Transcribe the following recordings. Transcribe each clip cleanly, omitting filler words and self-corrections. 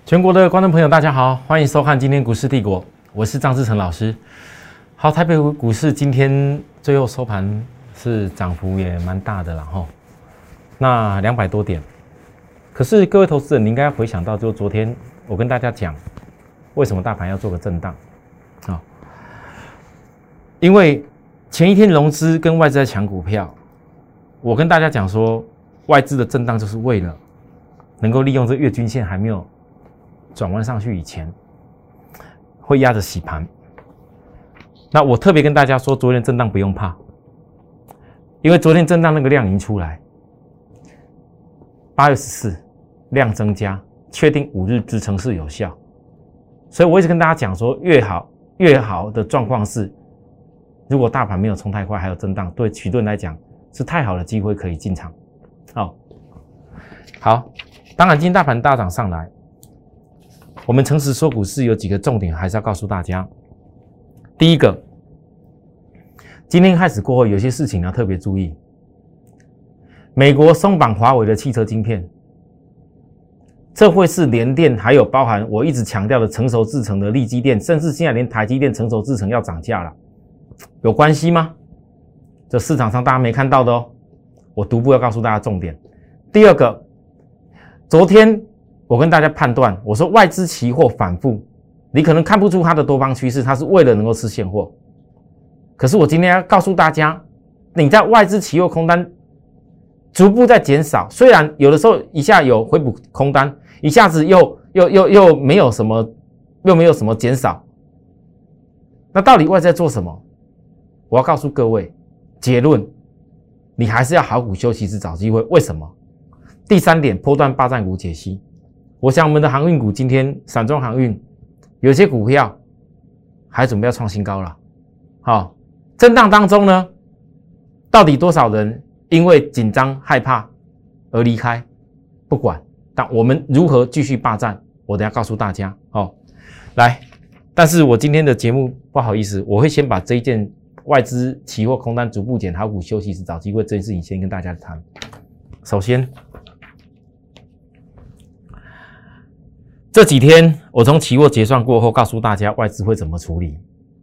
全国的观众朋友，大家好，欢迎收看今天股市帝国，我是张志成老师。好，台北股市今天最后收盘是涨幅也蛮大的啦齁，那200多点。可是各位投资人，你应该回想到，就昨天我跟大家讲，为什么大盘要做个震荡啊？因为前一天融资跟外资在抢股票，我跟大家讲说，外资的震荡就是为了能够利用这月均线还没有转弯上去以前，会压着洗盘。那我特别跟大家说，昨天震荡不用怕，因为昨天震荡那个量已经出来，8月14量增加，确定5日支撑是有效。所以我一直跟大家讲说，越好的状况是，如果大盘没有冲太快，还有震荡，对许多人来讲是太好的机会可以进场。好，当然今天大盘大涨上来，我们诚实说股市有几个重点还是要告诉大家。第一个，今天开始过后，有些事情要特别注意。美国松绑华为的汽车晶片，这会是联电还有包含我一直强调的成熟制程的力积电，甚至现在连台积电成熟制程要涨价了，有关系吗？这市场上大家没看到的哦，我独步要告诉大家重点。第二个，昨天我跟大家判断，我说外资期货反复，你可能看不出它的多方趋势，它是为了能够吃现货。可是我今天要告诉大家，你在外资期货空单逐步在减少，虽然有的时候一下有回补空单，一下子又没有什么减少，那到底外资在做什么？我要告诉各位，结论，你还是要好股休息时找机会。为什么？第三点，波段霸占股解析。我想我们的航运股今天散装航运有些股票还准备要创新高了。好，震荡当中呢，到底多少人因为紧张害怕而离开？不管，但我们如何继续霸占，我等一下告诉大家。来，但是我今天的节目不好意思，我会先把这一件外资期货空单逐步减，好股休息时找机会这件事情先跟大家谈。首先，这几天我从期货结算过后，告诉大家外资会怎么处理。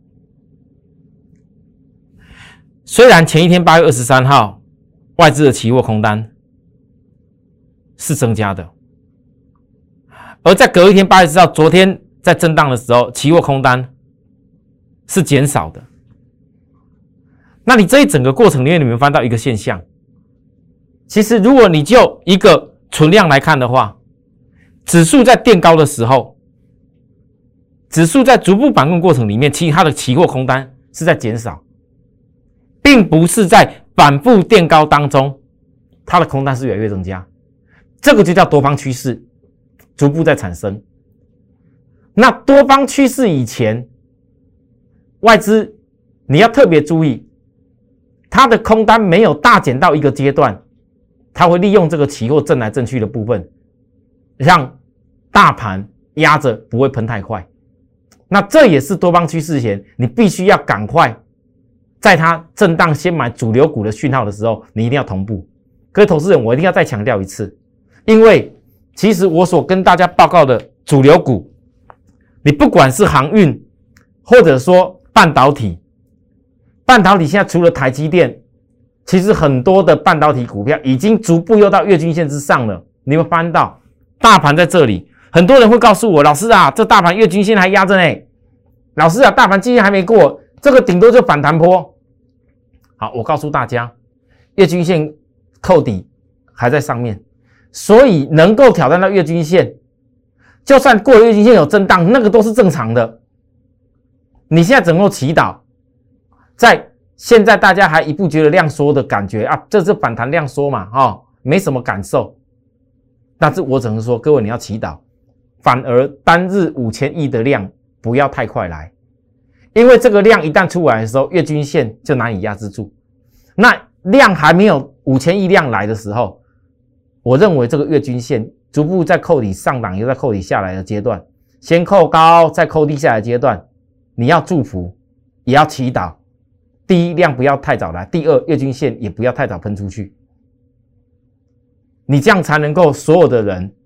虽然前一天8月23号外资的期货空单是增加的，而在隔一天8月10号，昨天在震荡的时候，期货空单是减少的。那你这一整个过程里面，你们翻到一个现象，其实如果你就一个存量来看的话，指数在垫高的时候，指数在逐步反攻过程里面，其实它的期货空单是在减少，并不是在反复垫高当中，它的空单是越来越增加。这个就叫多方趋势逐步在产生。那多方趋势以前，外资你要特别注意，它的空单没有大减到一个阶段，它会利用这个期货震来震去的部分，让大盘压着不会喷太快。那这也是多方趋势前，你必须要赶快在它震荡先买主流股的讯号的时候，你一定要同步。各位投资人，我一定要再强调一次，因为其实我所跟大家报告的主流股，你不管是航运或者说半导体现在除了台积电，其实很多的半导体股票已经逐步又到月均线之上了。你们翻到大盘在这里，很多人会告诉我，老师啊，这大盘月均线还压着呢。老师啊，大盘今天还没过，这个顶多就反弹波。好，我告诉大家，月均线扣底还在上面，所以能够挑战到月均线，就算过了月均线有震荡，那个都是正常的。你现在整个祈祷，在现在大家还一步觉得量缩的感觉啊，这是反弹量缩嘛，没什么感受。但是我只能说，各位你要祈祷，反而单日5000亿的量不要太快来，因为这个量一旦出来的时候，月均线就难以压制住。那量还没有5000亿量来的时候，我认为这个月均线逐步在扣底上档，又在扣底下来的阶段，先扣高再扣低下来的阶段，你要祝福，也要祈祷。第一，量不要太早来；第二，月均线也不要太早喷出去。你这样才能够所有的人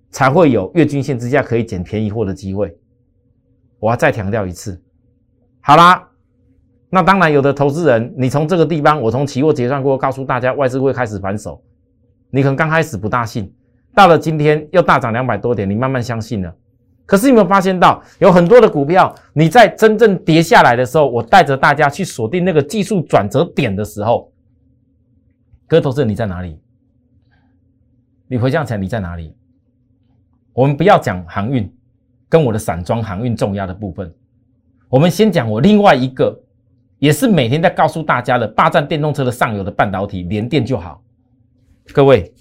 才会有月均线之下可以捡便宜货的机会。我要再强调一次。好啦，那当然有的投资人，你从这个地方，我从期货结算过后告诉大家外资会开始反手，你可能刚开始不大信，到了今天又大涨200多点，你慢慢相信了。可是你有没有发现到，有很多的股票，你在真正跌下来的时候，我带着大家去锁定那个技术转折点的时候，各位投资人你在哪里？你回想起来你在哪里？我们不要讲航运跟我的散装航运重压的部分，我们先讲我另外一个也是每天在告诉大家的霸占电动车的上游的半导体联电就好。各位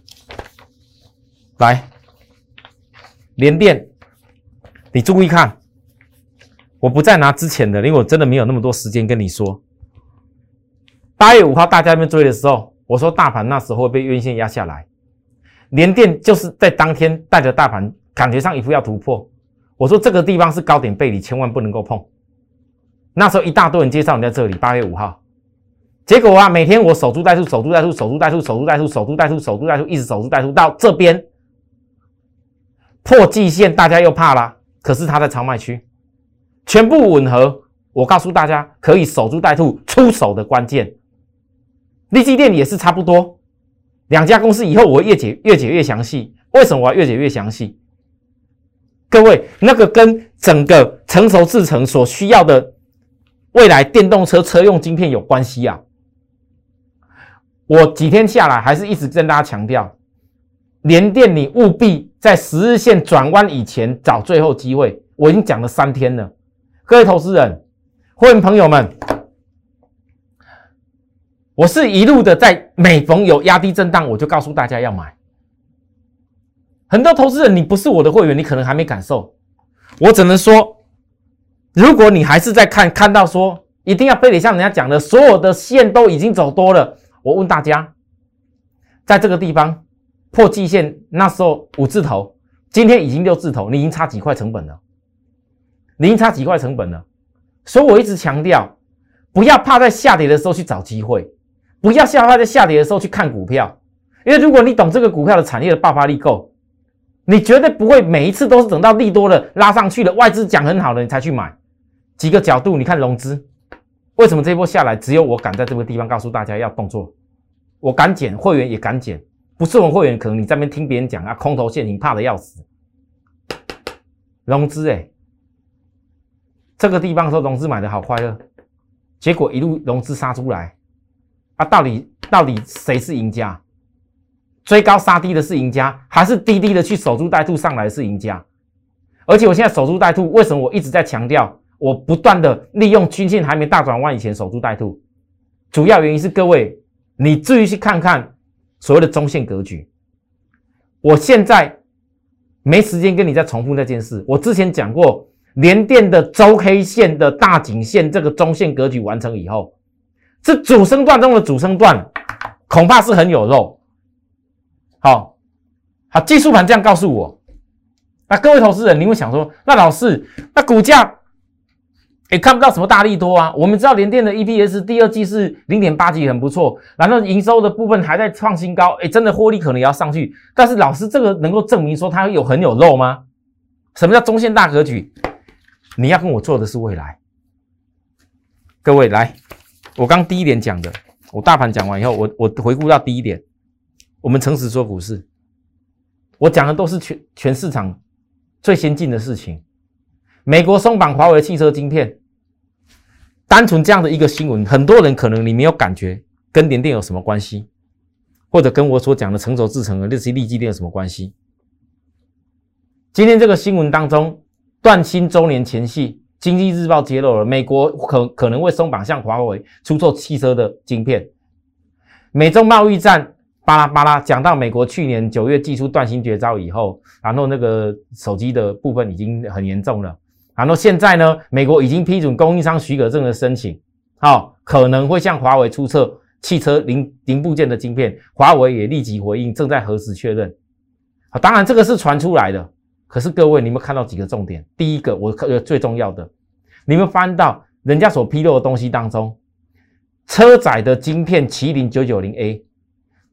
来，联电你注意看，我不再拿之前的，因为我真的没有那么多时间跟你说。8月5号大家在那边追的时候，我说大盘那时候会被月线压下来，联电就是在当天带着大盘感觉上一副要突破，我说这个地方是高点背离，千万不能够碰。那时候一大堆人介绍你在这里，8月5号，结果啊，每天我守株待兔，守株待兔，守株待兔，守株待兔，守株待兔，守株待兔，一直守株待兔，到这边破季线，大家又怕啦。可是它在超卖区，全部吻合。我告诉大家，可以守株待兔出手的关键。力积电也是差不多，两家公司以后我会越解越详细。为什么我要越解越详细？各位，那个跟整个成熟制程所需要的未来电动车车用晶片有关系啊。我几天下来还是一直跟大家强调，联电你务必在10日线转弯以前找最后机会。我已经讲了3天了，各位投资人、会员朋友们，我是一路的在每逢有压低震荡，我就告诉大家要买。很多投资人，你不是我的会员，你可能还没感受。我只能说，如果你还是在看到说一定要非得像人家讲的，所有的线都已经走多了，我问大家，在这个地方破季线，那时候5字头，今天已经6字头，你已经差几块成本了，所以我一直强调，不要怕在下跌的时候去找机会，不要怕在下跌的时候去看股票，因为如果你懂这个股票的产业的爆发力够，你绝对不会每一次都是等到利多了拉上去了，外资讲很好了你才去买。几个角度，你看融资，为什么这一波下来只有我敢在这个地方告诉大家要动作？我敢减，会员也敢减，不是我们会员，可能你在那边听别人讲啊，空头陷阱怕的要死。融资这个地方说融资买的好快乐，结果一路融资杀出来啊，到底谁是赢家？追高杀低的是赢家，还是低低的去守株待兔上来的是赢家？而且我现在守株待兔，为什么我一直在强调，我不断的利用均线还没大转弯以前守株待兔？主要原因是各位，你至于去看看所谓的中线格局。我现在没时间跟你再重复那件事，我之前讲过，联电的周 K 线的大颈线这个中线格局完成以后，是主升段中的主升段，恐怕是很有肉。好，技术盘这样告诉我。那各位投资人，你会想说，那老师，那股价也看不到什么大利多啊。我们知道联电的 EPS 第2季是 0.8 几很不错，然后营收的部分还在创新高，真的获利可能也要上去。但是老师，这个能够证明说它很有肉吗？什么叫中线大格局？你要跟我做的是未来。各位来，我刚第一点讲的，我大盘讲完以后，我回顾到第一点，我们诚实说股市，我讲的都是全市场最先进的事情。美国松绑华为汽车晶片，单纯这样的一个新闻，很多人可能你没有感觉跟联电有什么关系，或者跟我所讲的成熟制程的力积电有什么关系。今天这个新闻当中，断芯周年前夕，经济日报揭露了美国可能会松绑向华为出售汽车的晶片。美中贸易战巴拉巴拉，讲到美国去年9月祭出断芯绝招以后，然后那个手机的部分已经很严重了，然后现在呢，美国已经批准供应商许可证的申请，可能会向华为出售汽车零部件的晶片，华为也立即回应，正在核实确认。当然这个是传出来的，可是各位，你们看到几个重点？第一个，我最重要的，你们翻到人家所披露的东西当中，车载的晶片麒麟990A。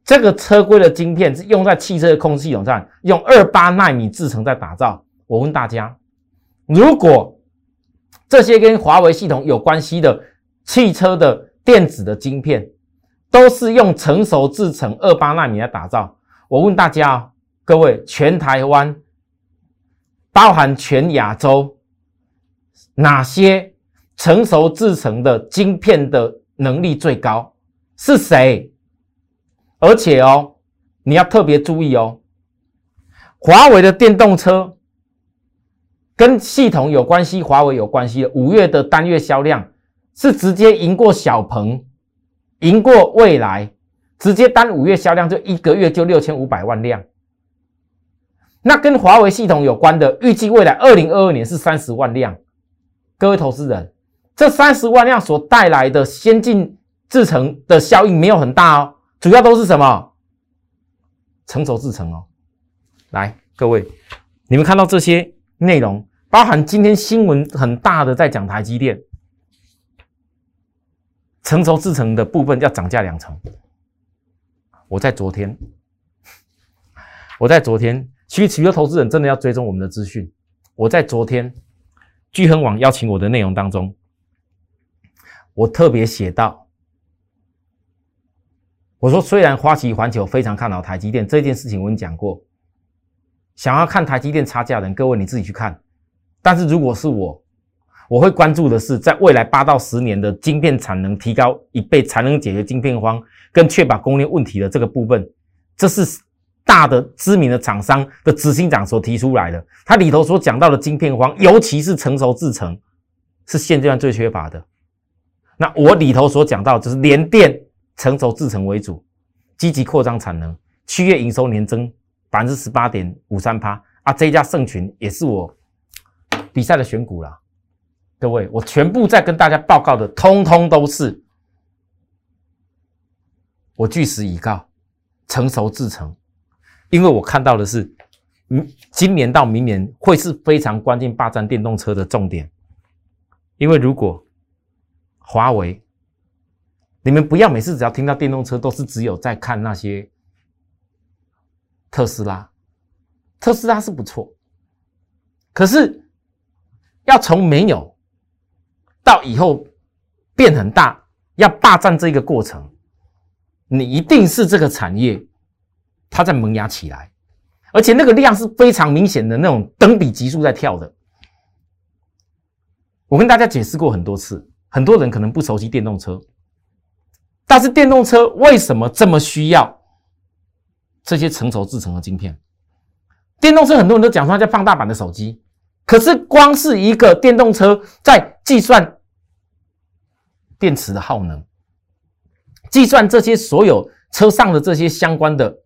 这个车规的晶片是用在汽车的控制系统上，用28奈米制程在打造。我问大家，如果这些跟华为系统有关系的汽车的电子的晶片，都是用成熟制程28奈米来打造，我问大家哦，各位，全台湾，包含全亚洲，哪些成熟制程的晶片的能力最高？是谁？而且哦，你要特别注意哦，华为的电动车跟系统有关系，华为有关系的5月的单月销量是直接赢过小鹏，赢过蔚来，直接单5月销量就1个月就6500万辆。那跟华为系统有关的，预计未来2022年是30万辆。各位投资人，这30万辆所带来的先进制程的效应没有很大哦，主要都是什么？成熟制程哦。来，各位，你们看到这些内容，包含今天新闻很大的在讲台积电成熟制程的部分要涨价2成。我在昨天，其实许多投资人真的要追踪我们的资讯。我在昨天钜亨网邀请我的内容当中，我特别写到，我说虽然花旗环球非常看好台积电这件事情，我已经讲过，想要看台积电差价的人，各位你自己去看。但是如果是我会关注的是，在未来8到10年的晶片产能提高1倍，才能解决晶片荒跟确保供应链问题的这个部分，这是大的知名的厂商的执行长所提出来的。他里头所讲到的晶片荒，尤其是成熟制程，是现阶段最缺乏的。那我里头所讲到就是联电成熟制程为主，积极扩张产能，7月营收年增 18.53% 啊，这一家盛群也是我比赛的选股啦。各位，我全部在跟大家报告的，通通都是我据实以告，成熟制程，因为我看到的是，今年到明年会是非常关键霸占电动车的重点。因为如果华为，你们不要每次只要听到电动车都是只有在看那些特斯拉，特斯拉是不错，可是要从没有到以后变很大，要霸占这个过程，你一定是这个产业它在萌芽起来，而且那个量是非常明显的那种等比级数在跳的。我跟大家解释过很多次，很多人可能不熟悉电动车，但是电动车为什么这么需要这些成熟制程的晶片？电动车很多人都讲说它叫放大版的手机，可是光是一个电动车在计算电池的耗能，计算这些所有车上的这些相关的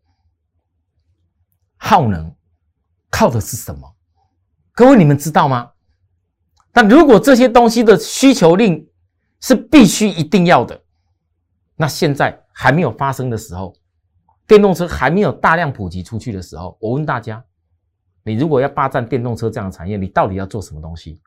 耗能，靠的是什么？各位你们知道吗？但如果这些东西的需求令是必须一定要的，那现在还没有发生的时候，电动车还没有大量普及出去的时候，我问大家，你如果要霸占电动车这样的产业，你到底要做什么东西？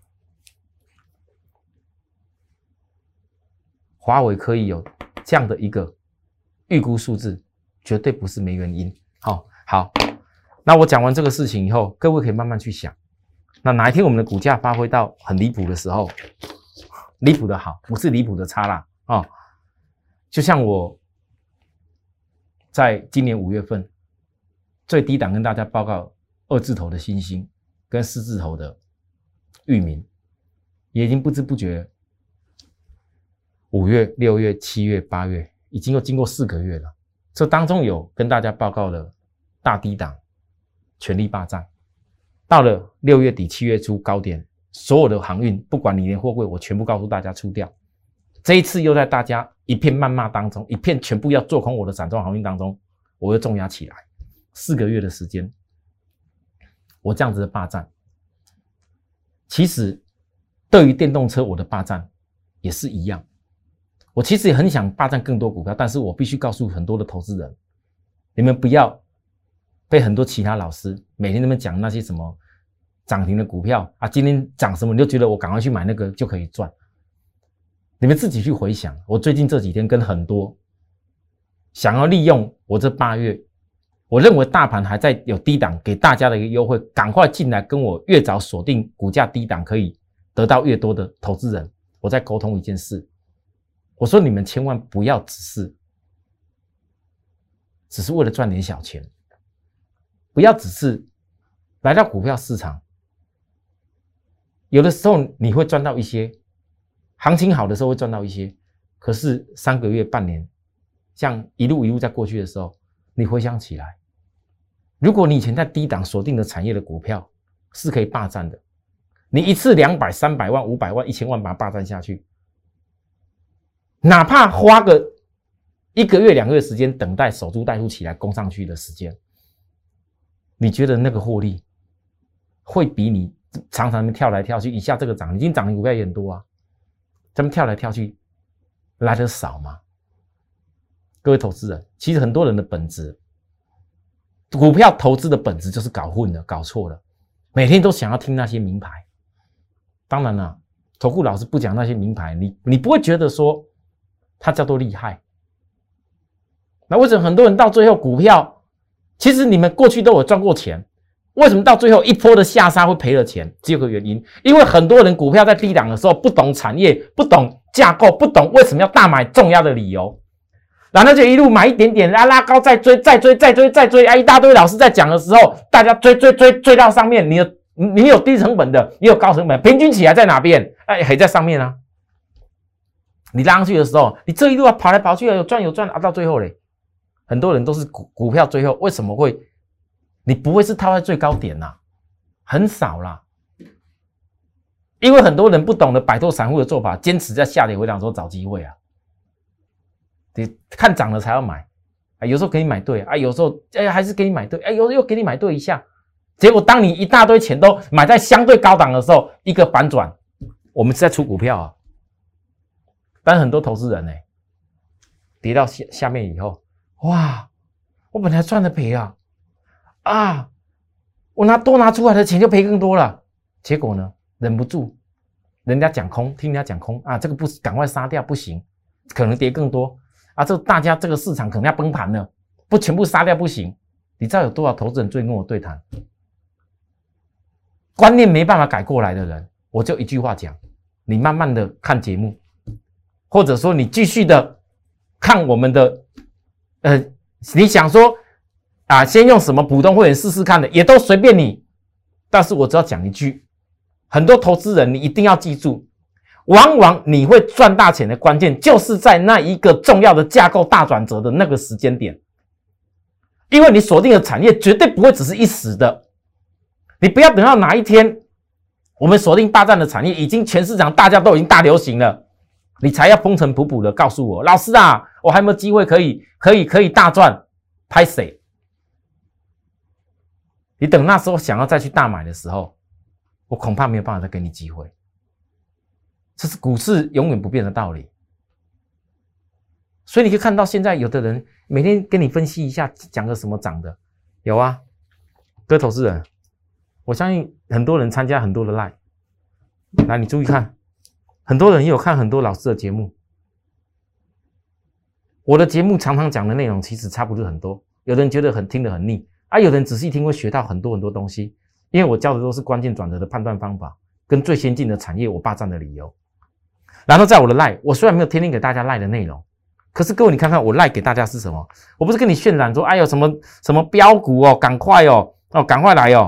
华为可以有这样的一个预估数字，绝对不是没原因。好，那我讲完这个事情以后，各位可以慢慢去想，那哪一天我们的股价发挥到很离谱的时候，离谱的好，不是离谱的差啦哦。就像我在今年5月份最低档跟大家报告2字头的欣兴跟4字头的裕民，也已经不知不觉5月、6月、7月、8月已经又经过4个月了。这当中有跟大家报告了大低档全力霸占，到了6月底7月初高点，所有的航运不管你连货柜，我全部告诉大家出掉。这一次又在大家一片谩骂当中，一片全部要做空我的散装航运当中，我又重压起来4个月的时间，我这样子的霸占，其实对于电动车我的霸占也是一样。我其实也很想霸占更多股票，但是我必须告诉很多的投资人，你们不要被很多其他老师每天在那边讲那些什么涨停的股票啊，今天涨什么你就觉得我赶快去买那个就可以赚。你们自己去回想，我最近这几天跟很多想要利用我这8月，我认为大盘还在有低档，给大家的一个优惠，赶快进来跟我越早锁定股价低档，可以得到越多的投资人。我在沟通一件事，我说你们千万不要只是为了赚点小钱，不要只是来到股票市场，有的时候你会赚到一些，行情好的时候会赚到一些，可是3个月、半年，像一路在过去的时候，你回想起来，如果你以前在低档锁定的产业的股票是可以霸占的，你一次200、300万、500万、1000万把它霸占下去，哪怕花个1个月、2个月时间等待守株待兔起来攻上去的时间，你觉得那个获利会比你常常跳来跳去，一下这个涨，已经涨的股票也很多啊，咱们跳来跳去来得少吗？各位投资人，其实很多人的本质，股票投资的本质就是搞混了、搞错了，每天都想要听那些名牌。当然了，投顾老师不讲那些名牌，你不会觉得说它叫做厉害。那为什么很多人到最后股票，其实你们过去都有赚过钱，为什么到最后一波的下杀会赔了钱？只有个原因，因为很多人股票在低档的时候不懂产业，不懂架构，不懂为什么要大买重压的理由，然后就一路买一点点，拉高再追，一大堆老师在讲的时候，大家追到上面，你有低成本的，也有高成本，平均起来在哪边？还在上面啊。你拉上去的时候，你这一路跑来跑去，有赚啊，到最后嘞，很多人都是股票最后为什么会？你不会是套在最高点呐，很少啦。因为很多人不懂得摆脱散户的做法，坚持在下跌回档的时候找机会啊。你看涨了才要买，有时候给你买对啊，有时候还是给你买对，有时候又给你买对一下。结果当你一大堆钱都买在相对高档的时候，一个反转，我们是在出股票啊。但很多投资人跌到下面以后，哇，我本来赚的赔啊，我多拿出来的钱就赔更多了。结果呢，忍不住，人家讲空，听人家讲空啊，这个不赶快杀掉不行，可能跌更多啊，大家这个市场可能要崩盘了，不全部杀掉不行。你知道有多少投资人最近跟我对谈？观念没办法改过来的人，我就一句话讲，你慢慢的看节目，或者说你继续的看我们的你想说先用什么普通会员试试看的，也都随便你。但是我只要讲一句，很多投资人你一定要记住，往往你会赚大钱的关键就是在那一个重要的架构大转折的那个时间点，因为你锁定的产业绝对不会只是一时的。你不要等到哪一天我们锁定霸占的产业已经全市场大家都已经大流行了，你才要风尘仆仆的告诉我，老师啊，我还有没有机会可以大赚？拍谁？你等那时候想要再去大买的时候，我恐怕没有办法再给你机会。这是股市永远不变的道理。所以你可以看到现在有的人每天跟你分析一下，讲个什么涨的，有啊，各位投资人，我相信很多人参加很多的 LINE， 来你注意看，很多人也有看很多老师的节目。我的节目常常讲的内容其实差不多很多，有人觉得听得很腻有人仔细听会学到很多东西，因为我教的都是关键转折的判断方法，跟最先进的产业我霸占的理由。然后在我的 LINE， 我虽然没有天天给大家 LINE 的内容，可是各位你看看我 LINE 给大家是什么？我不是跟你渲染说有什么标股赶快赶快来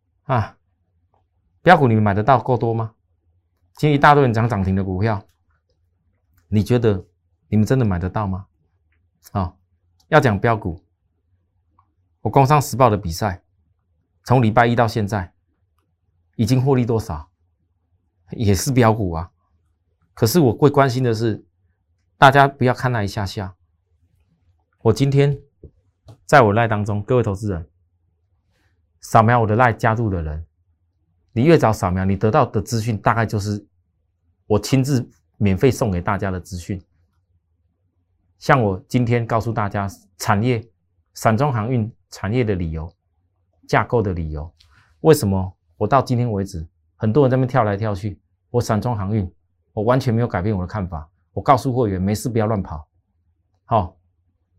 标股你们买得到够多吗？今天一大堆人涨停的股票，你觉得你们真的买得到吗？要讲标股，我工商时报的比赛从礼拜一到现在已经获利多少？也是标股啊。可是我会关心的是，大家不要看那一下下。我今天在我 LINE 当中，各位投资人扫描我的 LINE 加入的人，你越早扫描，你得到的资讯大概就是我亲自免费送给大家的资讯。像我今天告诉大家产业散装航运产业的理由，架构的理由，为什么我到今天为止很多人在那边跳来跳去，我散装航运我完全没有改变我的看法。我告诉会员没事不要乱跑，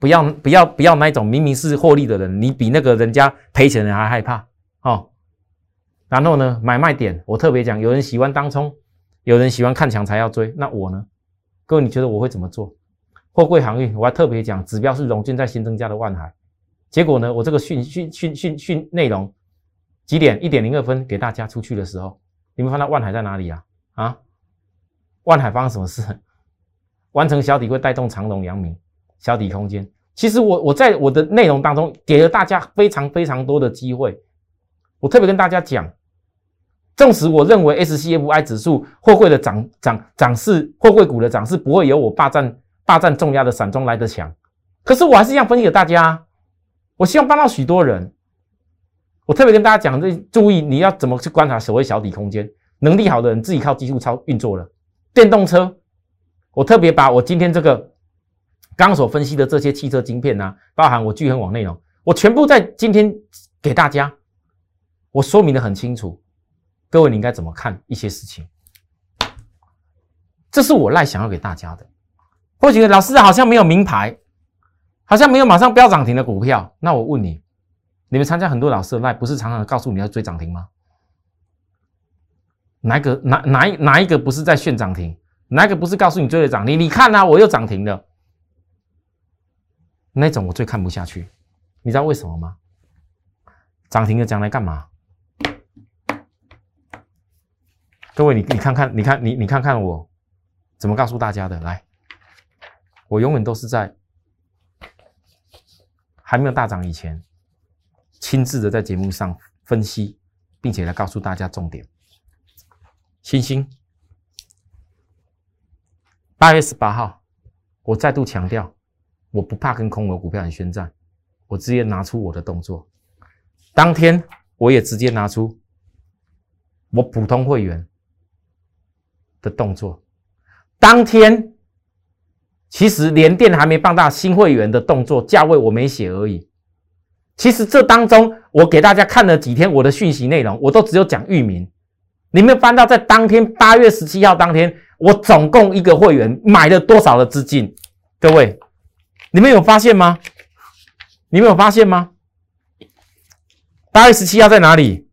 不要那一种明明是获利的人，你比那个人家赔钱的人还害怕哦。然后呢，买卖点我特别讲，有人喜欢当冲，有人喜欢看强才要追，那我呢？各位你觉得我会怎么做？货柜航运我还特别讲，指标是融券在新增加的万海，结果呢，我这个讯内容几点1:02分给大家出去的时候，你们看到万海在哪里啊？啊，万海发生什么事？完成小底会带动长荣、阳明小底空间。其实我在我的内容当中给了大家非常多的机会，我特别跟大家讲，纵使我认为 SCFI 指数货柜的涨势，货柜股的涨势不会有我霸占重压的散装来得强，可是我还是一样分析给大家，我希望帮到许多人。我特别跟大家讲，注意你要怎么去观察所谓小底空间，能力好的人自己靠技术运作了。电动车，我特别把我今天这个刚刚所分析的这些汽车晶片啊，包含我钜恒网内容，我全部在今天给大家，我说明得很清楚。各位你应该怎么看一些事情？这是我赖想要给大家的。或许老师好像没有名牌，好像没有马上飙涨停的股票，那我问你，你们参加很多老师的赖，不是常常告诉你要追涨停吗？哪一个不是在炫涨停？哪一个不是告诉你追了涨停？你看啊，我又涨停了。那种我最看不下去，你知道为什么吗？涨停的讲来干嘛？各位，你看看我怎么告诉大家的？来，我永远都是在还没有大涨以前，亲自的在节目上分析，并且来告诉大家重点。星星8月18号，我再度强调，我不怕跟空头股票人宣战，我直接拿出我的动作。当天我也直接拿出我普通会员的动作。当天其实联电还没放大新会员的动作，价位我没写而已。其实这当中我给大家看了几天我的讯息内容，我都只有讲域名。你没有翻到在当天8月17号当天，我总共一个会员买了多少的资金？各位，你们有发现吗？你们有发现吗？8月17号在哪里？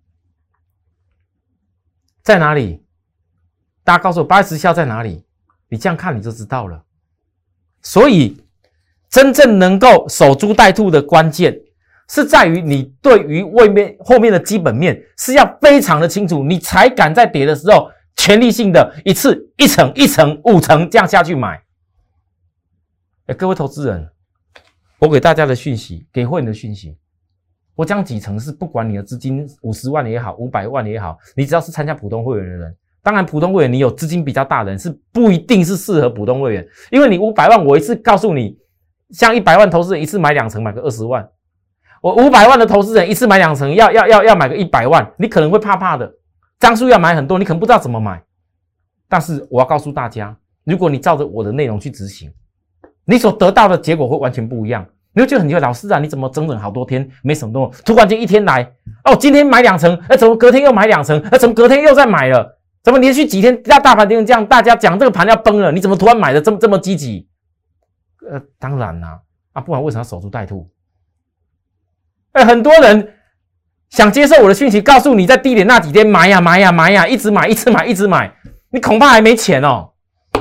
在哪里？大家告诉我8月17号在哪里？你这样看你就知道了。所以真正能够守株待兔的关键是在于你对于后面的基本面是要非常的清楚，你才敢在跌的时候全力性的一次1层1层5层这样下去买。各位投资人，我给大家的讯息，给会员的讯息，我讲几层是不管你的资金50万也好500万也好，你只要是参加普通会员的人，当然普通会员你有资金比较大的人是不一定是适合普通会员，因为你500万我一次告诉你，像100万投资人一次买2层买个20万，我500万的投资人一次买2层要买个100万，你可能会怕的，张数要买很多，你可能不知道怎么买。但是我要告诉大家，如果你照着我的内容去执行，你所得到的结果会完全不一样。你会觉得很奇怪，老师啊，你怎么整好多天没什么动作，突然间一天来，哦，今天买2层，怎么隔天又买2层，怎么隔天又再买了？怎么连续几天大盘这样，大家讲这个盘要崩了，你怎么突然买的这么积极？当然啦，不然为什么要守株待兔？很多人想接受我的讯息，告诉你在低点那几天买呀，一直买，你恐怕还没钱哦。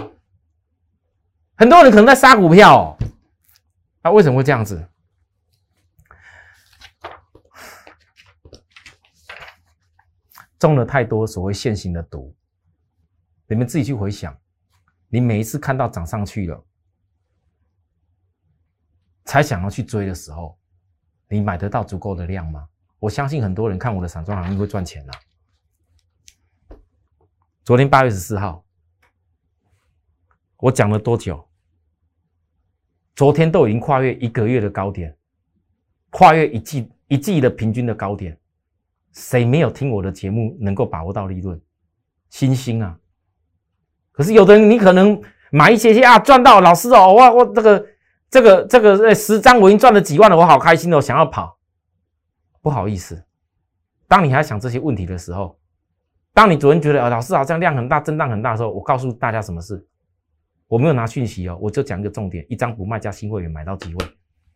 很多人可能在杀股票哦，为什么会这样子？中了太多所谓现行的毒，你们自己去回想，你每一次看到涨上去了，才想要去追的时候，你买得到足够的量吗？我相信很多人看我的散装航运会赚钱啦。昨天8月14号，我讲了多久？昨天都已经跨越1个月的高点，跨越一季的平均的高点，谁没有听我的节目能够把握到利润？新兴啊！可是有的人你可能买一些赚到，老师哦，我这个10张我已经赚了几万了，我好开心哦，想要跑。不好意思，当你还想这些问题的时候，当你昨天觉得老师好像量很大，震荡很大的时候，我告诉大家什么事？ 我没有拿讯息哦，我就讲一个重点：一张不卖加新会员买到机会。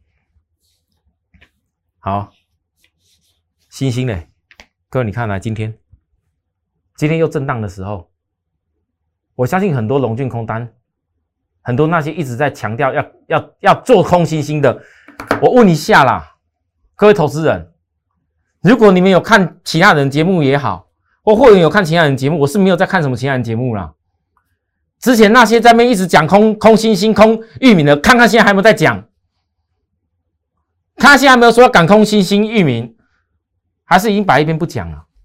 好，星星嘞，各位你看来今天又震荡的时候，我相信很多龙券空单，很多那些一直在强调要做空星星的，我问一下啦，各位投资人，如果你们有看其他人节目也好，或会员有看其他人节目，我是没有在看什么其他人节目啦。之前那些在那边一直讲空星星、空裕民的，看看现在还有没有在讲？看现在有没有说要敢空星星、裕民，还是已经摆一边不讲了？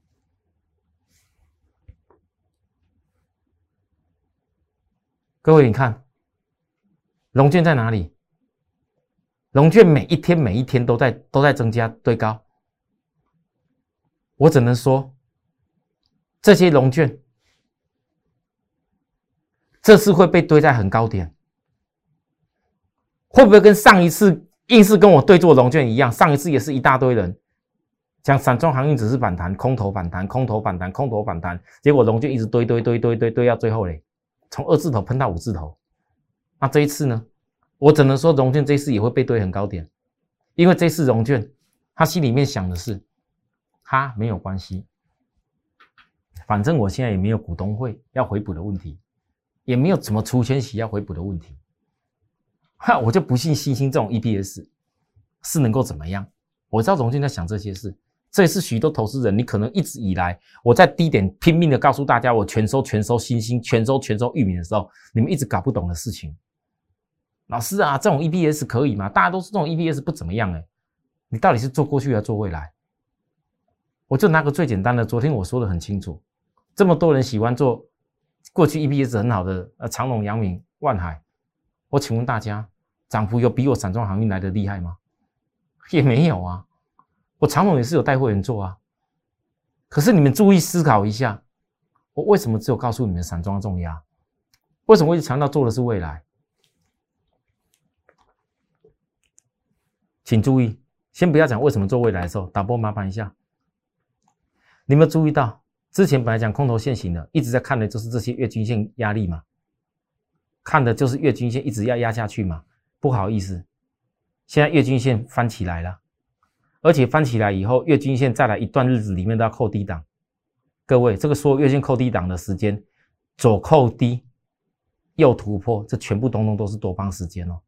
各位，你看，龙券在哪里？龙券每一天都在增加堆高。我只能说，这些龙券这次会被堆在很高点，会不会跟上一次硬是跟我对做龙券一样？上一次也是一大堆人讲散装航运只是反弹，空头反弹，空头反弹，空头反弹，结果龙券一直堆到最后嘞，从2字头喷到5字头。那这一次呢？我只能说融券这一次也会被堆很高点，因为这次融券他心里面想的是，哈没有关系，反正我现在也没有股东会要回补的问题，也没有什么除权息要回补的问题，我就不信星星这种 EPS 是能够怎么样。我知道融券在想这些事，这也是许多投资人，你可能一直以来我在低点拼命的告诉大家，我全收星星，全收裕民的时候，你们一直搞不懂的事情。老师啊，这种 EPS 可以吗？大家都是这种 EPS 不怎么样你到底是做过去还是做未来？我就拿个最简单的，昨天我说的很清楚，这么多人喜欢做过去 EPS 很好的长荣、阳明、万海，我请问大家，涨幅有比我散装航运来的厉害吗？也没有啊。我长荣也是有带会员做啊，可是你们注意思考一下，我为什么只有告诉你们散装重压？为什么我一直强调做的是未来？请注意，先不要讲为什么做未来的时候，导播麻烦一下，你有没有注意到之前本来讲空头现行的，一直在看的就是这些月均线压力嘛，看的就是月均线一直要压下去嘛。不好意思，现在月均线翻起来了，而且翻起来以后，月均线再来一段日子里面都要扣低档。各位，这个所有月线扣低档的时间，左扣低，右突破，这全部通通都是多方时间哦。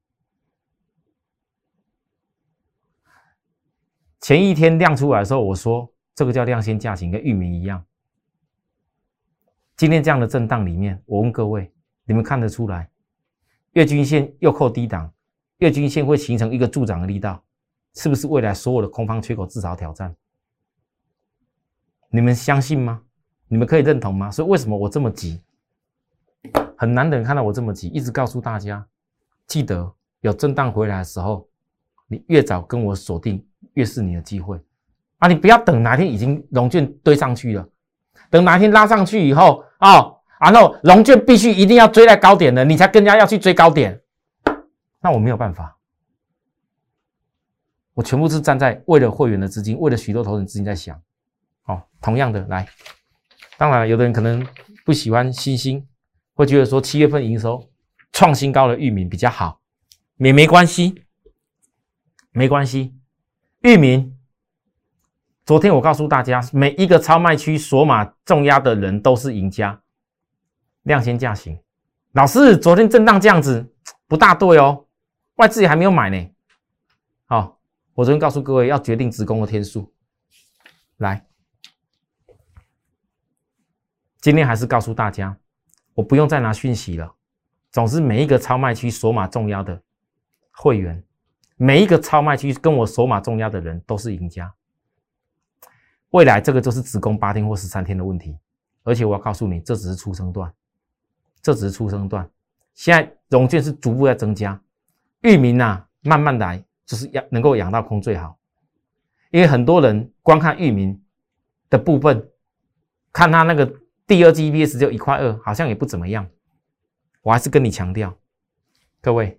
前一天亮出来的时候，我说这个叫量先价行，跟裕民一样。今天这样的震荡里面，我问各位，你们看得出来，月均线又扣低档，月均线会形成一个助涨的力道，是不是未来所有的空方缺口至少挑战？你们相信吗？你们可以认同吗？所以为什么我这么急？很难的人看到我这么急，一直告诉大家，记得有震荡回来的时候，你越早跟我锁定，越是你的机会啊！你不要等哪天已经融券堆上去了，等哪天拉上去以后然后融券必须一定要追在高点了，你才跟人家要去追高点，那我没有办法，我全部是站在为了会员的资金，为了许多投资人资金在想。同样的来，当然有的人可能不喜欢星星，会觉得说7月份营收创新高的裕民比较好，也没关系，没关系。裕民，昨天我告诉大家，每一个超卖区锁码重压的人都是赢家，量先价行。老师，昨天震荡这样子不大对哦，外资也还没有买呢。好，我昨天告诉各位要决定职工的天数，来，今天还是告诉大家，我不用再拿讯息了。总之，每一个超卖区锁码重压的会员，每一个超卖区跟我锁码重压的人都是赢家。未来这个就是只攻8天或13天的问题，而且我要告诉你，这只是初升段，这只是初升段。现在融券是逐步在增加，裕民慢慢来，就是能够养到空最好。因为很多人光看裕民的部分，看他那个第二季 EPS 就1.2块，好像也不怎么样。我还是跟你强调，各位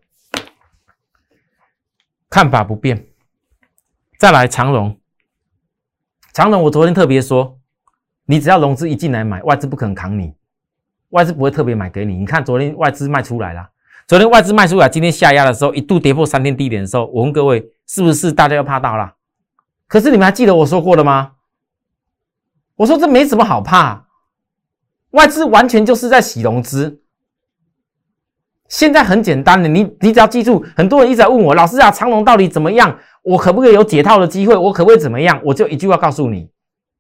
看法不变。再来长荣，长荣我昨天特别说，你只要融资一进来买，外资不可能扛你。 外资不会特别买给你。你看昨天外资卖出来了，昨天外资卖出来，今天下压的时候一度跌破3天低点的时候，我问各位是不是大家要怕到了？可是你们还记得我说过的吗？我说这没什么好怕，外资完全就是在洗融资。现在很简单的，你只要记住，很多人一直在问我，老师啊，长荣到底怎么样？我可不可以有解套的机会？我可不可以怎么样？我就一句话告诉你，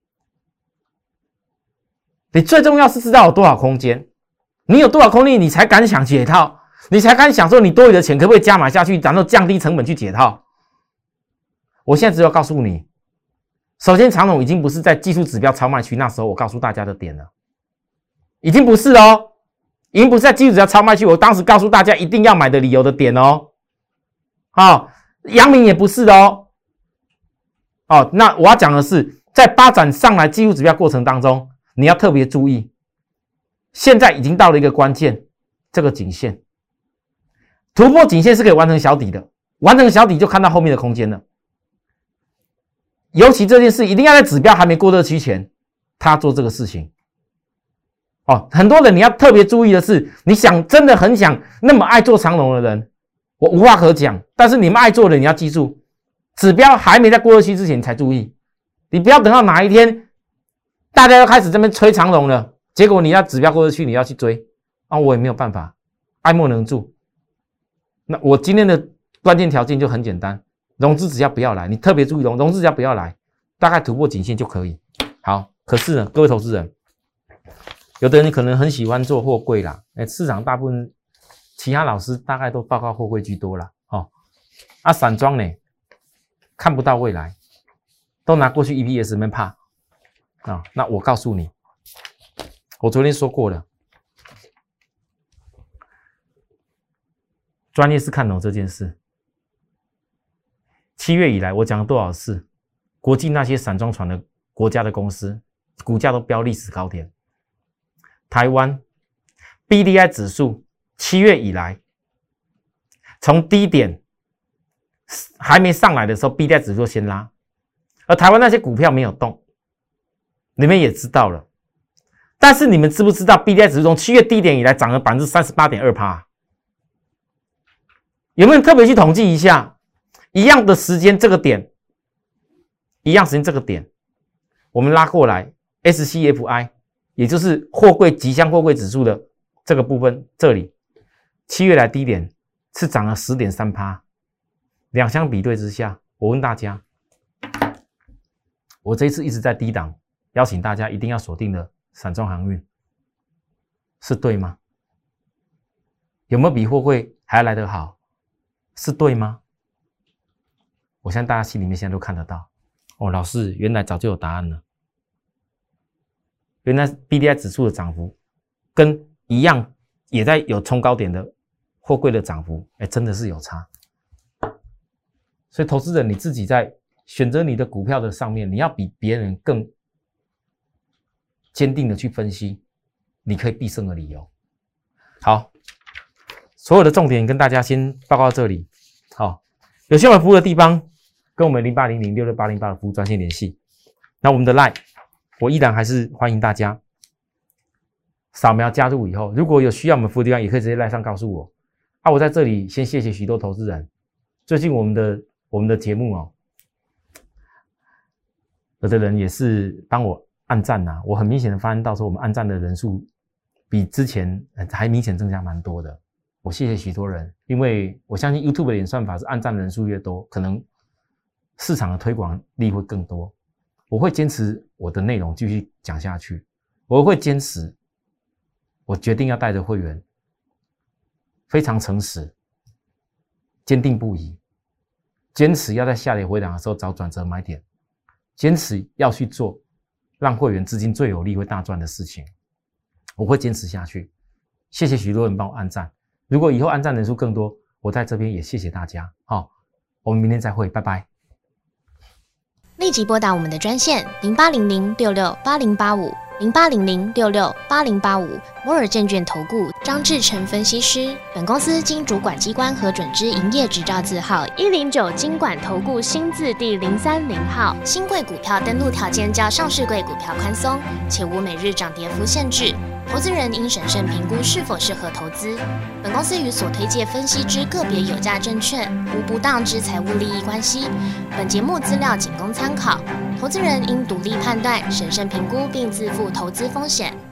你最重要是知道有多少空间，你有多少空间，你才敢想解套，你才敢想说你多余的钱可不可以加码下去，然后降低成本去解套。我现在只有告诉你，首先长荣已经不是在技术指标超卖区那时候我告诉大家的点了，已经不是哦。已经不是在技术指标超卖区，我当时告诉大家一定要买的理由的点哦。好，阳明也不是哦。哦，那我要讲的是，在发展上来技术指标过程当中，你要特别注意，现在已经到了一个关键，这个颈线突破颈线是可以完成小底的，完成小底就看到后面的空间了。尤其这件事一定要在指标还没过热区前，他做这个事情。哦，很多人你要特别注意的是，你想真的很想那么爱做长荣的人，我无话可讲。但是你们爱做的，你要记住，指标还没在过热区之前才注意，你不要等到哪一天大家要开始这边吹长荣了，结果你要指标过热区，你要去追啊，我也没有办法，爱莫能助。那我今天的关键条件就很简单，融资只要不要来，你特别注意融资只要不要来，大概突破颈线就可以。好，可是呢，各位投资人。有的人可能很喜欢做货柜啦，市场大部分其他老师大概都报告货柜居多啦。散装呢看不到未来，都拿过去 EPS 面怕啊。那我告诉你，我昨天说过了，专业是看懂这件事。7月以来我讲了多少次，国际那些散装船的国家的公司股价都飙历史高点。台湾 BDI 指数7月以来，从低点还没上来的时候 ，BDI 指数先拉，而台湾那些股票没有动，你们也知道了。但是你们知不知道 BDI 指数从7月低点以来涨了 38.2%？ 有没有特别去统计一下？一样的时间这个点，一样时间这个点，我们拉过来 SCFI。也就是货柜即箱货柜指数的这个部分，这里7月来低点是涨了 10.3%， 两相比对之下，我问大家，我这一次一直在低档邀请大家一定要锁定的散装航运，是对吗？有没有比货柜还来得好？是对吗？我相信大家心里面现在都看得到哦，老师原来早就有答案了。原来 BDI 指数的涨幅跟一样也在有冲高点的货柜的涨幅，真的是有差。所以投资人你自己在选择你的股票的上面，你要比别人更坚定的去分析你可以必胜的理由。好，所有的重点跟大家先报告到这里。好，有需要服务的地方跟我们0800668808的服务专线联系。那我们的 LINE我依然还是欢迎大家扫描加入以后，如果有需要我们服务的地方，也可以直接赖上告诉我。我在这里先谢谢许多投资人。最近我们的节目哦，有的人也是帮我按赞呐，我很明显的发现到说我们按赞的人数比之前还明显增加蛮多的。我谢谢许多人，因为我相信 YouTube 的演算法是按赞的人数越多，可能市场的推广力会更多。我会坚持我的内容继续讲下去，我会坚持，我决定要带着会员非常诚实、坚定不移，坚持要在下跌回档的时候找转折买点，坚持要去做让会员资金最有利会大赚的事情，我会坚持下去。谢谢许多人帮我按赞，如果以后按赞人数更多，我在这边也谢谢大家。好，我们明天再会，拜拜。 立即拨打我们的专线0800668085 0800668085摩尔证券投顾张志成分析师。本公司经主管机关核准之营业执照字号109金管投顾新字第030号。新贵股票登录条件较上市贵股票宽松，且无每日涨跌幅限制。投资人应审慎评估是否适合投资。本公司与所推介分析之个别有价证券无不当之财务利益关系。本节目资料仅供参考，投资人应独立判断、审慎评估并自负投资风险。